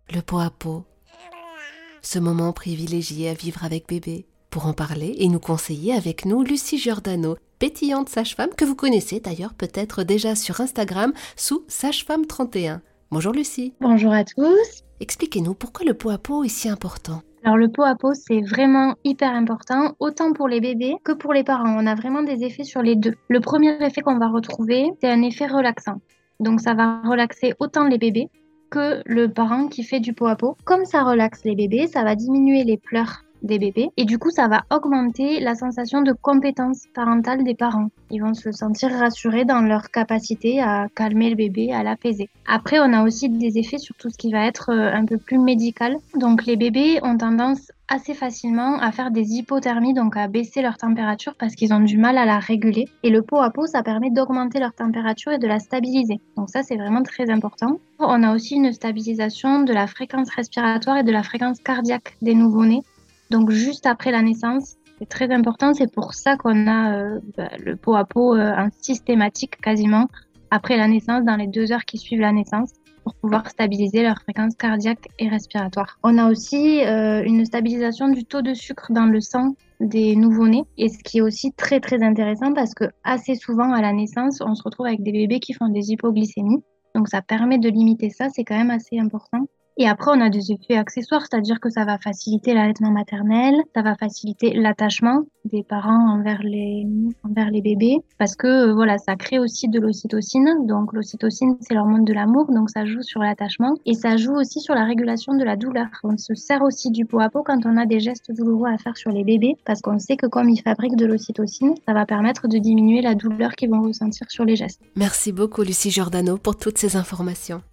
le pot à pot, ce moment privilégié à vivre avec bébé. Pour en parler et nous conseiller avec nous, Lucie Giordano, pétillante sage-femme que vous connaissez d'ailleurs peut-être déjà sur Instagram sous Sagefemme31. Bonjour Lucie. Bonjour à tous. Expliquez-nous pourquoi le pot à pot est si important. Alors le pot à pot, c'est vraiment hyper important, autant pour les bébés que pour les parents. On a vraiment des effets sur les deux. Le premier effet qu'on va retrouver, c'est un effet relaxant. Donc ça va relaxer autant les bébés que le parent qui fait du pot à pot. Comme ça relaxe les bébés, ça va diminuer les pleurs des bébés et du coup ça va augmenter la sensation de compétence parentale des parents. Ils vont se sentir rassurés dans leur capacité à calmer le bébé, à l'apaiser. Après on a aussi des effets sur tout ce qui va être un peu plus médical. Donc les bébés ont tendance assez facilement à faire des hypothermies, donc à baisser leur température parce qu'ils ont du mal à la réguler. Et le pot à pot, ça permet d'augmenter leur température et de la stabiliser. Donc ça, c'est vraiment très important. On a aussi une stabilisation de la fréquence respiratoire et de la fréquence cardiaque des nouveau-nés. Donc juste après la naissance, c'est très important. C'est pour ça qu'on a le pot à pot en systématique quasiment après la naissance, dans les 2 heures qui suivent la naissance, pour pouvoir stabiliser leur fréquence cardiaque et respiratoire. On a aussi une stabilisation du taux de sucre dans le sang des nouveau-nés, et ce qui est aussi très très intéressant parce que assez souvent à la naissance, on se retrouve avec des bébés qui font des hypoglycémies. Donc ça permet de limiter ça, c'est quand même assez important. Et après, on a des effets accessoires, c'est-à-dire que ça va faciliter l'allaitement maternel, ça va faciliter l'attachement des parents envers les bébés, parce que voilà, ça crée aussi de l'ocytocine. Donc l'ocytocine, c'est l'hormone de l'amour, donc ça joue sur l'attachement et ça joue aussi sur la régulation de la douleur. On se sert aussi du pot à pot quand on a des gestes douloureux à faire sur les bébés, parce qu'on sait que comme ils fabriquent de l'ocytocine, ça va permettre de diminuer la douleur qu'ils vont ressentir sur les gestes. Merci beaucoup Lucie Giordano pour toutes ces informations.